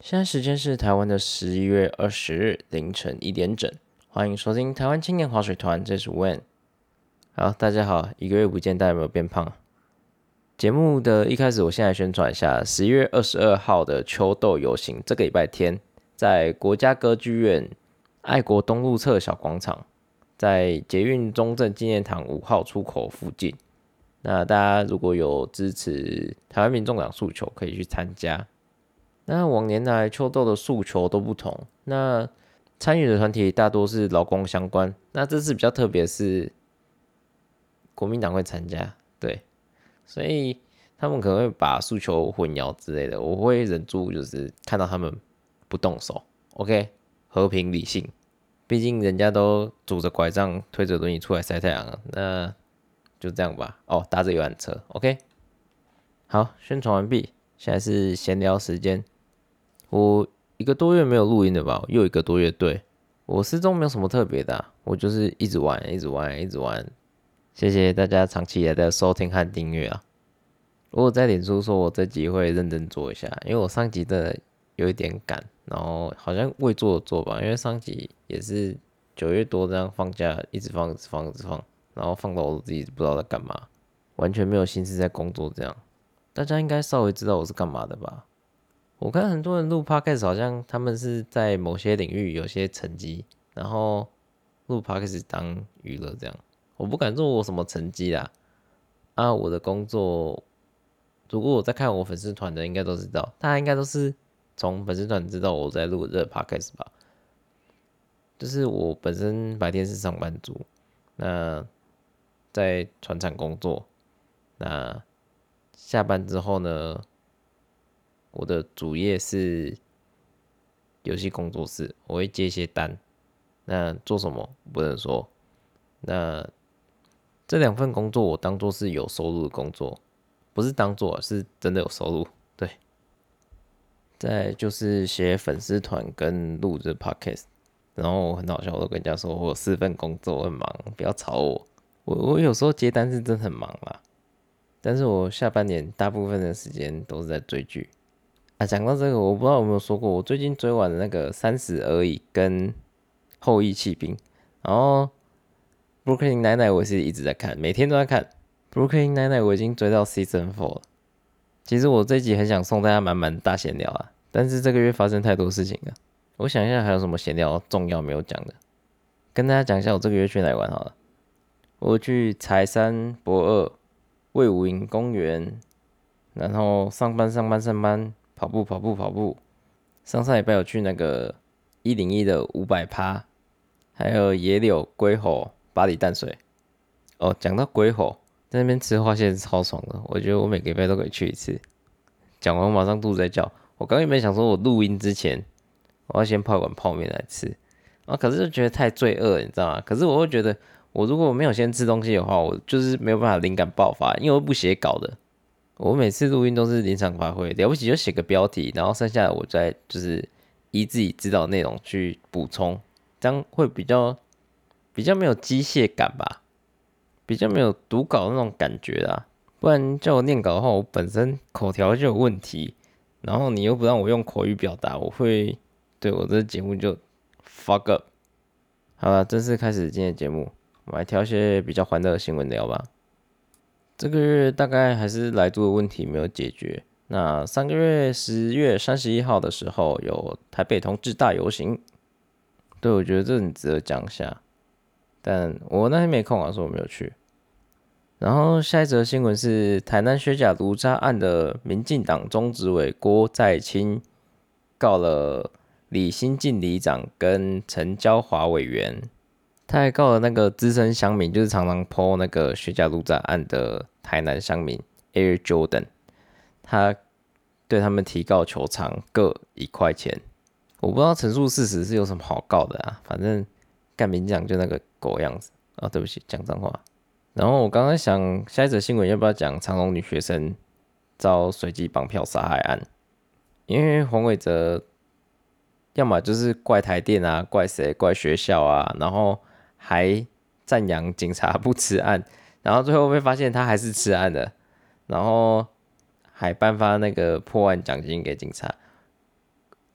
现在时间是台湾的11月20日凌晨1点整，欢迎收听台湾青年滑水团，这是 Wen。好，大家好，一个月不见，大家有没有变胖？节目的一开始，我先来宣传一下11月22号的秋斗游行，这个礼拜天在国家歌剧院爱国东路侧小广场，在捷运中正纪念堂5号出口附近。那大家如果有支持台湾民众党诉求，可以去参加。那往年来秋斗的诉求都不同，那参与的团体大多是劳工相关。那这次比较特别是国民党会参加，对，所以他们可能会把诉求混淆之类的，我会忍住，就是看到他们不动手 ，OK， 和平理性，毕竟人家都拄着拐杖推着轮椅出来晒太阳了，那就这样吧。哦，搭着游览车 ，OK， 好，宣传完毕，现在是闲聊时间。我一个多月没有录音了吧？又一个多月，对，我失踪没有什么特别的我就是一直玩，一直玩，一直玩。谢谢大家长期以来的收听和订阅啊！我有在脸书说我这集会认真做一下，因为我上集真的有一点赶，然后好像未做的做吧，因为上集也是9月多这样放假，一直放，一直放，一直放，然后放到我自己不知道在干嘛，完全没有心思在工作这样。大家应该稍微知道我是干嘛的吧？我看很多人录 podcast 好像他们是在某些领域有些成绩，然后录 podcast 当娱乐这样。我不敢说我什么成绩啦，我的工作，如果我在看我粉丝团的，应该都知道，大家应该都是从粉丝团知道我在录这 podcast 吧。就是我本身白天是上班族，那在船厂工作，那下班之后呢？我的主业是游戏工作室，我会接一些单。那做什么不能说。那这2份工作我当做是有收入的工作，不是当做是真的有收入。对，再就是写粉丝团跟录制 podcast，然后很好笑，我都跟人家说我有4份工作，我很忙，不要吵我。我有时候接单是真的很忙啦，但是我下半年大部分的时间都是在追剧。讲到这个，我不知道有没有说过，我最近追完的那个《30而已》跟《后羿弃兵》，然后《Brooklyn Nine-Nine》我是一直在看，每天都在看。《Brooklyn Nine-Nine》我已经追到 Season 4了。其实我这一集很想送大家满满的大闲聊啊，但是这个月发生太多事情了。我想一下还有什么闲聊重要没有讲的，跟大家讲一下我这个月去哪里玩好了。我去柴山、博二、魏武营公园，然后上班，跑步。上礼拜有去那个101的500%，还有野柳、龟吼、巴黎淡水。哦，讲到龟吼，在那边吃花蟹超爽的，我觉得我每个礼拜都可以去一次。讲完我马上肚子在叫，我刚原本想说我录音之前我要先泡一碗泡面来吃，可是就觉得太罪恶了，你知道吗？可是我会觉得我如果没有先吃东西的话，我就是没有办法灵感爆发，因为我不写稿的。我每次录音都是临场发挥，了不起就写个标题，然后剩下的我再就是依自己知道的内容去补充，这样会比较没有机械感吧，比较没有读稿那种感觉啦。不然叫我念稿的话，我本身口条就有问题，然后你又不让我用口语表达，我会对我这节目就 fuck up。好了，正式开始今天的节目，我们来挑一些比较欢乐的新闻聊吧。这个月大概还是来租的问题没有解决。那上个月10月31号的时候，有台北同志大游行，对我觉得这很值得讲一下，但我那天没空啊，所以我没有去。然后下一则新闻是台南学甲炉渣案的民进党中执委郭在清告了李新进里长跟陈娇华委员。他还告了那个资深乡民，就是常常 po 那个学甲路炸案的台南乡民 Air Jordan， 他对他们提告求偿各1块钱。我不知道陈述事实是有什么好告的啊，反正干民讲就那个狗样子啊，对不起，讲脏话。然后我刚刚想下一则新闻要不要讲长荣女学生遭随机绑票杀害案，因为黄伟哲要么就是怪台电啊，怪谁，怪学校啊，然后还赞扬警察不吃案，然后最后被发现他还是吃案的，然后还颁发那个破案奖金给警察。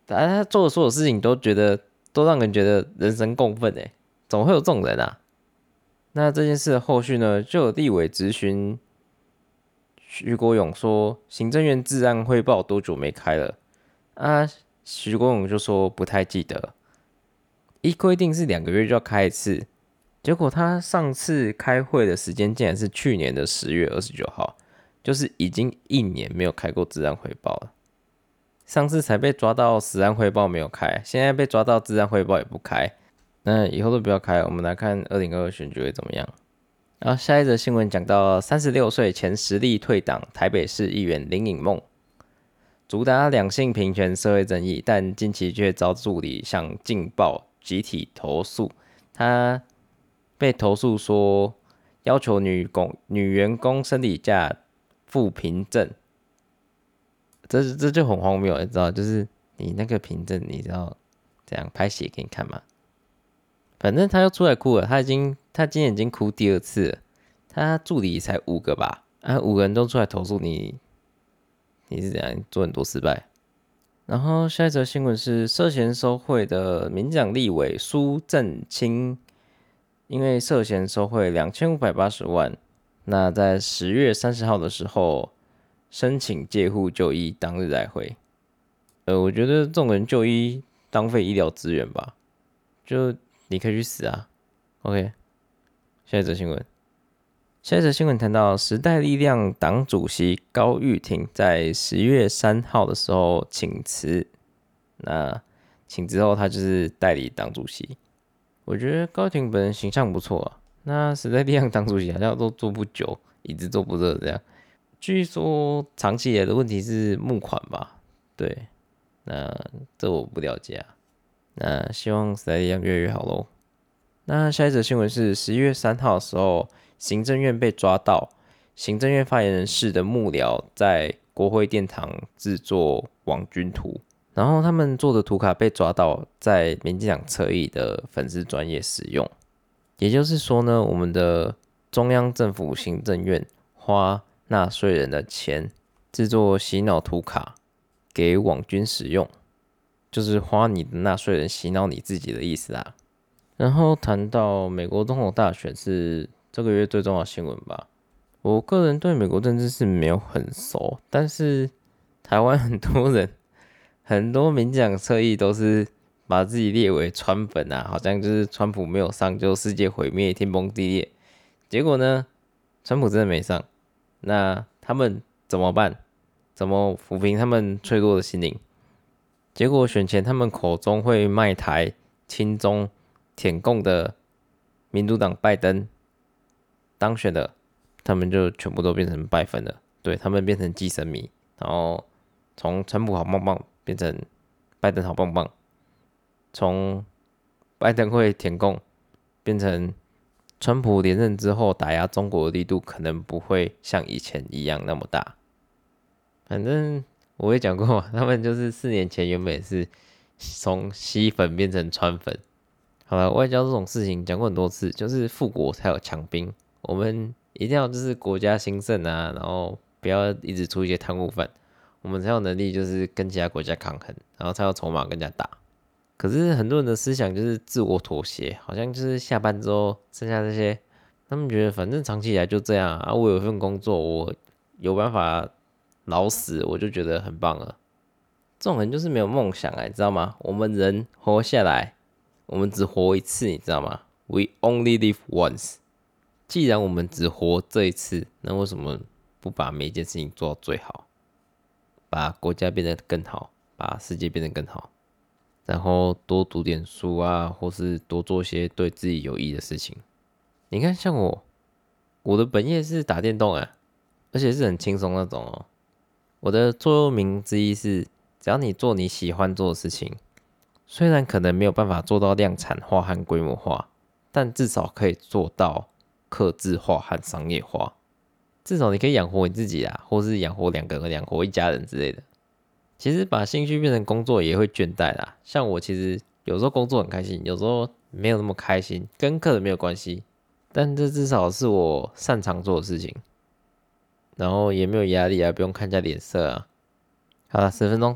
他做的所有事情都让人觉得人神共愤哎，怎么会有这种人啊？那这件事的后续呢，就有立委质询徐国勇说，行政院治安汇报多久没开了啊？徐国勇就说不太记得，依规定是2个月就要开一次，结果他上次开会的时间竟然是去年的10月29号，就是已经1年没有开过治安汇报了。上次才被抓到食安汇报没有开，现在被抓到治安汇报也不开，那以后都不要开了。我们来看2022选举会怎么样。然后下一则新闻讲到36岁前实力退党台北市议员林颖梦，主打两性平权社会正义，但近期却遭助理向劲爆集体投诉，他被投诉说要求女员工生理假附凭证，这就很荒谬，你知道？就是你那个凭证，你知道怎样拍写给你看吗？反正他又出来哭了，他今天已经哭第2次了。他助理才5个吧，啊，5个人都出来投诉你，你是怎样做很多失败？然后下一则新闻是涉嫌收贿的民进党立委苏正清，因为涉嫌收贿2580万，那在10月30号的时候申请戒护就医，当日来回。我觉得这种人就医浪费医疗资源吧，就你可以去死啊。OK， 下一则新闻。下一则新闻谈到时代力量党主席高玉婷在10月3号的时候请辞，那请辞后他就是代理党主席。我觉得高玉婷本人形象不错啊，那时代力量党主席好像都做不久，一直做不热这样。据说长期以来的问题是募款吧？对，那这我不了解啊。那希望时代力量越来越好咯。那下一则新闻是11月3号的时候，行政院被抓到，行政院发言人室的幕僚在国会殿堂制作网军图，然后他们做的图卡被抓到在民进党侧翼的粉丝专页使用。也就是说呢，我们的中央政府行政院花纳税人的钱制作洗脑图卡给网军使用，就是花你的纳税人洗脑你自己的意思啦。然后谈到美国总统大选是这个月最重要的新闻吧。我个人对美国政治是没有很熟，但是台湾很多民进党侧翼都是把自己列为川粉啊，好像就是川普没有上就世界毁灭天崩地裂。结果呢，川普真的没上，那他们怎么办？怎么抚平他们脆弱的心灵？结果选前他们口中会卖台、亲中、舔共的民主党拜登当选了，他们就全部都变成拜粉了，对，他们变成寄生迷，然后从川普好棒棒变成拜登好棒棒，从拜登会舔共变成川普连任之后打压中国的力度可能不会像以前一样那么大。反正我也讲过，他们就是4年前原本是从西粉变成川粉。好了，外交这种事情讲过很多次，就是富国才有强兵，我们一定要就是国家兴盛啊，然后不要一直出一些贪污犯，我们才有能力就是跟其他国家抗衡，然后才有筹码跟人家打。可是很多人的思想就是自我妥协，好像就是下班之后剩下这些，他们觉得反正长期以来就这样啊，我有一份工作，我有办法老死，我就觉得很棒了。这种人就是没有梦想你知道吗？我们人活下来，我们只活一次，你知道吗？ We only live once。既然我们只活这一次，那为什么不把每一件事情做到最好，把国家变得更好，把世界变得更好，然后多读点书啊，或是多做一些对自己有益的事情。你看，像我的本业是打电动而且是很轻松那种哦。我的座右铭之一是，只要你做你喜欢做的事情，虽然可能没有办法做到量产化和规模化，但至少可以做到客制化和商业化。至少你可以养活你自己或是养活2个人、养活一家人之类的。其实把兴趣变成工作也会倦怠啦。像我其实有时候工作很开心，有时候没有那么开心，跟客人没有关系，但这至少是我擅长做的事情，然后也没有压力不用看人家脸色好了，10分钟到了，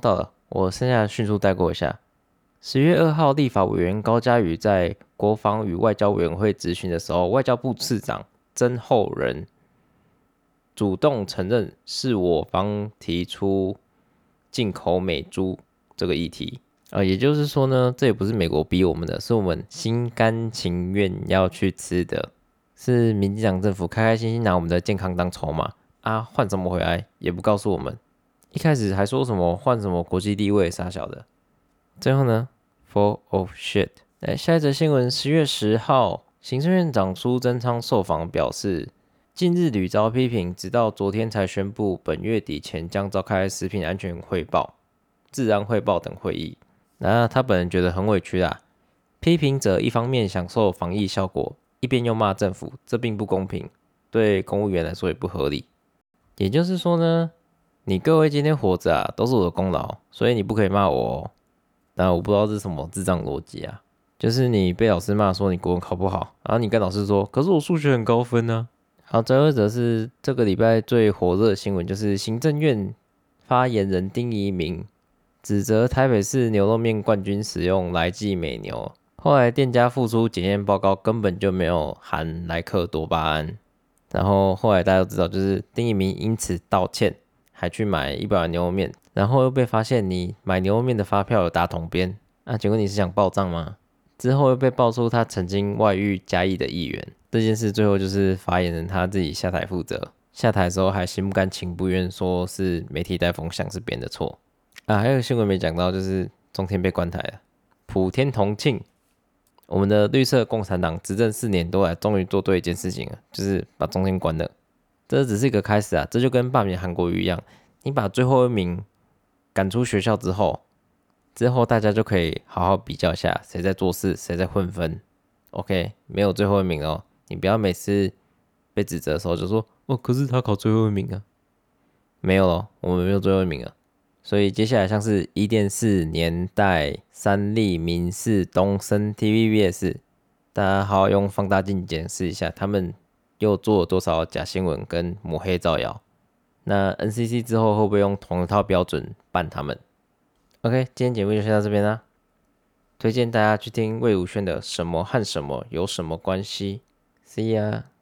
我剩下的迅速带过一下。10月2号，立法委员高嘉瑜在国防与外交委员会质询的时候，外交部次长曾厚仁主动承认是我方提出进口美猪这个议题。也就是说呢，这也不是美国逼我们的，是我们心甘情愿要去吃的，是民进党政府开开心心拿我们的健康当筹码啊，换什么回来也不告诉我们。一开始还说什么换什么国际地位啥小的，最后呢 ，full of shit。下一则新闻，10月10号，行政院长苏贞昌受访表示，近日屡遭批评，直到昨天才宣布本月底前将召开食品安全汇报、治安汇报等会议。那他本人觉得很委屈啦，批评者一方面享受防疫效果，一边又骂政府，这并不公平，对公务员来说也不合理。也就是说呢，你各位今天活着啊，都是我的功劳，所以你不可以骂我哦。但我不知道这是什么智障逻辑啊，就是你被老师骂说你国文考不好，然后你跟老师说，可是我数学很高分啊。好，最后一则是这个礼拜最火热的新闻，就是行政院发言人丁怡铭指责台北市牛肉面冠军使用来记美牛，后来店家付出检验报告根本就没有含莱克多巴胺，然后后来大家都知道，就是丁一鸣因此道歉，还去买100碗牛肉面，然后又被发现你买牛肉面的发票有打统编，请问你是想报账吗？之后又被爆出他曾经外遇嘉义的议员，这件事最后就是发言人他自己下台负责，下台的时候还心不甘情不愿说是媒体带风向是别人的错。还有个新闻没讲到，就是中天被关台了。普天同庆，我们的绿色共产党执政4年多来，终于做对一件事情了，就是把中天关了。这只是一个开始啊，这就跟罢免韩国瑜一样，你把最后一名赶出学校之后大家就可以好好比较一下谁在做事，谁在混分。OK， 没有最后一名哦，你不要每次被指责的时候就说可是他考最后一名啊，没有咯，我们没有最后一名啊。所以接下来像是伊甸市、年代、三立、民视、东森、TVBS， 大家好好用放大镜检视一下，他们又做了多少假新闻跟抹黑造谣。那 NCC 之后会不会用同一套标准办他们 ？OK， 今天节目就先到这边啦。推荐大家去听魏如萱的《什么和什么有什么关系》。See ya。